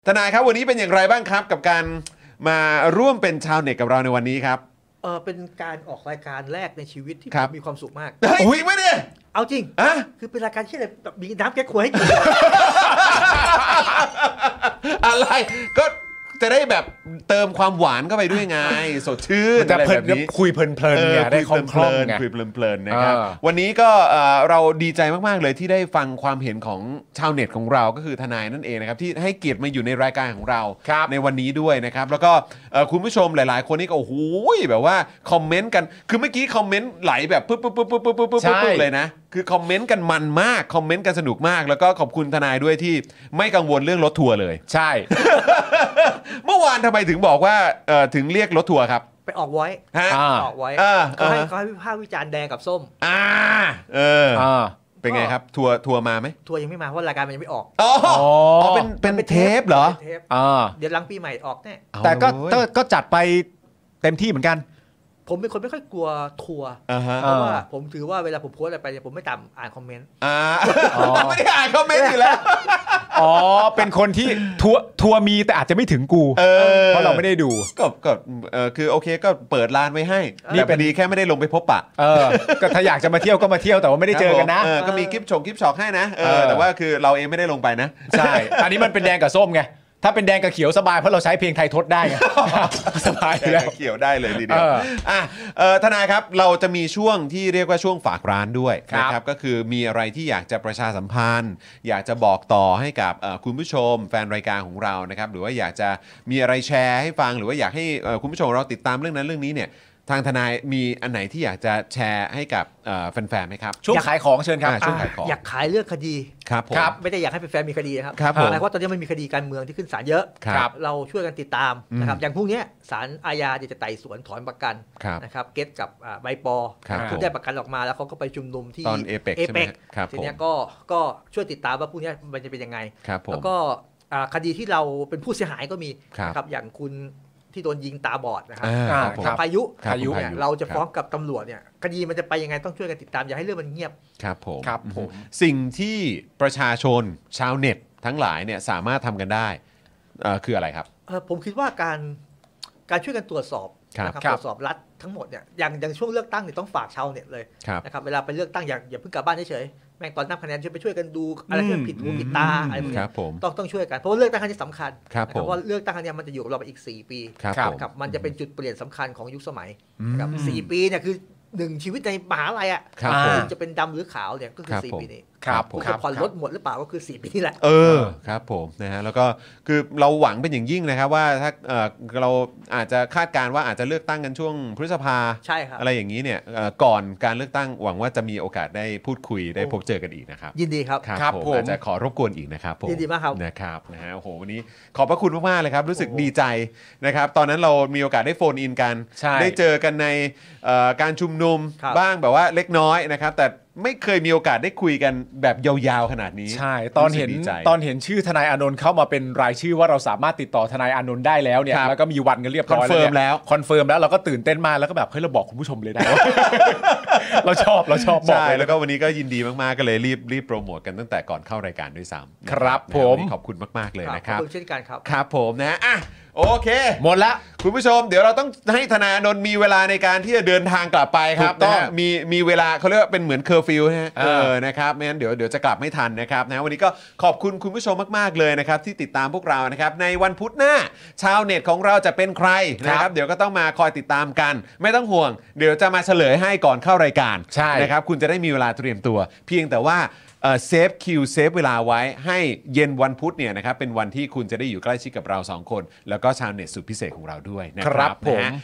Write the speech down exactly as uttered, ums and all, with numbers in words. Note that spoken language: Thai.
ทนายครับวันนี้เป็นอย่างไรบ้างครับกับการมาร่วมเป็นชาวเน็ตกับเราในวันนี้ครับเออเป็นการออกรายการแรกในชีวิตที่ผมมีความสุขมากเฮ้ยอุ้ยไม่เนี่ยเอาจริงอะคือเป็นรายการที่อะไรแบบมีน้ำแก้ครัวให้กินอะไรก็จะได้แบบเติมความหวานเข้าไปด้วยไงสดชื่นอะไรแบบนี้คุยเพลินๆไงได้คล่องๆไงคุยเพลินๆนะครับวันนี้ก็เราดีใจมากๆเลยที่ได้ฟังความเห็นของชาวเน็ตของเราก็คือทนายนั่นเองนะครับที่ให้เกียรติมาอยู่ในรายการของเราในวันนี้ด้วยนะครับแล้วก็คุณผู้ชมหลายๆคนนี่ก็โอ้โหแบบว่าคอมเมนต์กันคือเมื่อกี้คอมเมนต์ไหลแบบปุ๊บปุ๊บปุ๊บปุ๊บปุ๊บปุ๊บเลยนะคือคอมเมนต์กันมันมากคอมเมนต์กันสนุกมากแล้วก็ขอบคุณทนายด้วยที่ไม่กังวลเรื่องรถทัวร์เลยใช่เมื่อวานทำไมถึงบอกว่าถึงเรียกรถทัวร์ครับไปออกไว้ฮะออกไว้เขาให้เขาให้วิพากษ์วิจารณ์แดงกับส้มอ่าเออเป็นไงครับทัวร์ทัวร์มาไหมทัวร์ยังไม่มาเพราะรายการมันยังไม่ออกอ๋อเป็นเป็นเทปเหรอเดี๋ยวหลังปีใหม่ออกแน่แต่ก็ก็จัดไปเต็มที่เหมือนกันผมเป็นคนไม่ค่อยกลัวทัวร์เพราะว่าผมถือว่าเวลาผมโพสอะไรไปเนี่ยผมไม่ตามอ่านคอมเมนต์อ่าไม่ได้อ่านคอมเมนต์อยู่แล้วอ๋อเป็นคนที่ทัวร์ทัวร์มีแต่อาจจะไม่ถึงกูเพราะเราไม่ได้ดูก็ก็เออคือโอเคก็เปิดร้านไว้ให้นี่พอดีแค่ไม่ได้ลงไปพบปะเออก็ถ้าอยากจะมาเที่ยวก็มาเที่ยวแต่ว่าไม่ได้เจอกันนะก็มีคลิปชงคลิปช็อกให้นะเออแต่ว่าคือเราเองไม่ได้ลงไปนะใช่อันนี้มันเป็นแดงกับส้มไงถ้าเป็นแดงกับเขียวสบายเพราะเราใช้เพลงไทยทดได้ไงสบายแล้วเขียวได้เลยทีเดียวอ่ะเออทนายครับเราจะมีช่วงที่เรียกว่าช่วงฝากร้านด้วยนะครับก็คือมีอะไรที่อยากจะประชาสัมพันธ์อยากจะบอกต่อให้กับคุณผู้ชมแฟนรายการของเรานะครับหรือว่าอยากจะมีอะไรแชร์ให้ฟังหรือว่าอยากให้คุณผู้ชมเราติดตามเรื่องนั้นเรื่องนี้เนี่ยทางทนายมีอันไหนที่อยากจะแชร์ให้กับแฟนๆไหมครับช่วงขายของเชิญครับช่วงขายของอยากขายเรื่องคดีครับผมไม่ได้อยากให้แฟนๆมีคดีนะครับเพราะว่าตอนนี้มันมีคดีการเมืองที่ขึ้นศาลเยอะเราช่วยกันติดตามนะครับอย่างพวกนี้ศาลอาญาจะไต่สวนถอนประกันนะครับเก็ตกับใบปอที่ได้ประกันออกมาแล้วเขาก็ไปชุมนุมที่ตอนเอเปกใช่ไหมครับทีนี้ก็ก็ช่วยติดตามว่าพวกนี้มันจะเป็นยังไงแล้วก็คดีที่เราเป็นผู้เสียหายก็มีนะครับอย่างคุณที่โดนยิงตาบอดนะครับพายุพายุเนี่ยเราจะฟ้องกับตำรวจเนี่ยคดีมันจะไปยังไงต้องช่วยกันติดตามอย่าให้เรื่องมันเงียบครับผมครับผมสิ่งที่ประชาชนชาวเน็ตทั้งหลายเนี่ยสามารถทำกันได้คืออะไรครับผมคิดว่าการการช่วยกันตรวจสอบนะครับตรวจสอบรัฐทั้งหมดเนี่ยอย่างอย่างช่วงเลือกตั้งเนี่ยต้องฝากชาวเน็ตเลยนะครับเวลาไปเลือกตั้งอย่าอย่าเพิ่งกลับบ้านเฉยๆแม่งตอนนับคะแนนช่วยไปช่วยกันดูอะไรที่ผิดหูผิดตาอะไรพวกนี้ต้องต้องช่วยกันเพราะว่าเลือกตั้งครั้งนี้สำคัญเพราะว่าเลือกตั้งครั้งนี้มันจะอยู่กับเราไปอีกสี่ปีครับมันจะเป็นจุดเปลี่ยนสำคัญของยุคสมัยครับสี่ปีเนี่ยคือหนึ่งชีวิตในมหาลัยอ่ะจะเป็นดำหรือขาวเนี่ยก็คือสี่ปีนี้ครับผมจะผ่อนรถหมดหรือเปล่าก็คือสี่ปีนี่แหละเออครับผมนะฮะแล้วก็คือเราหวังเป็นอย่างยิ่งนะครับว่าถ้าเราอาจจะคาดการณ์ว่าอาจจะเลือกตั้งกันช่วงพฤษภาใช่ครับอะไรอย่างนี้เนี่ยก่อนการเลือกตั้งหวังว่าจะมีโอกาสได้พูดคุยได้พบเจอกันอีกนะครับยินดีครับครับผมอาจจะขอรบกวนอีกนะครับผมยินดีมากครับนะครับนะฮะโอ้โหวันนี้ขอบพระคุณมากๆเลยครับรู้สึกดีใจนะครับตอนนั้นเรามีโอกาสได้โฟนอินกันได้เจอกันในการชุมนุมบ้างแบบว่าเล็กน้อยนะครับแต่ไม่เคยมีโอกาสได้คุยกันแบบยาวๆขนาดนี้ใช่ตอนเห็นตอนเห็นชื่อทนายอานนท์เข้ามาเป็นรายชื่อว่าเราสามารถติดต่อทนายอานนท์ได้แล้วเนี่ยแล้วก็มีวันกันเรียบร้อยแล้วคอนเฟิร์มแล้วเราก็ตื่นเต้นมากแล้วก็แบบเฮ้ยเราบอกคุณผู้ชมเลยนะเราชอบเราชอบบอกใช่แล้วก็วันนี้ก็ยินดีมากๆก็เลยรีบรีบโปรโมทกันตั้งแต่ก่อนเข้ารายการด้วยซ้ำครับผมขอบคุณมากๆเลยนะครับขอบคุณเช่นกันครับครับผมนะอ่ะโอเคหมดละคุณผู้ชมเดี๋ยวเราต้องให้ธนาโนนมีเวลาในการที่จะเดินทางกลับไปครับนะมีมีเวลาเขาเรียกว่าเป็นเหมือนเคอร์ฟิวฮะเออนะครับไม่งั้นเดี๋ยวเดี๋ยวจะกลับไม่ทันนะครับนะวันนี้ก็ขอบคุณคุณผู้ชมมากๆเลยนะครับที่ติดตามพวกเรานะครับในวันพุธหน้าชาวเน็ตของเราจะเป็นใครนะครับเดี๋ยวก็ต้องมาคอยติดตามกันไม่ต้องห่วงเดี๋ยวจะมาเฉลยให้ก่อนเข้ารายการนะครับคุณจะได้มีเวลาเตรียมตัวเพียงแต่ว่าเซฟคิวเซฟเวลาไว้ให้เย็นวันพุธเนี่ยนะครับเป็นวันที่คุณจะได้อยู่ใกล้ชิดกับเราสองคนแล้วก็ชาวเน็ตสุดพิเศษของเราด้วยนะครับผม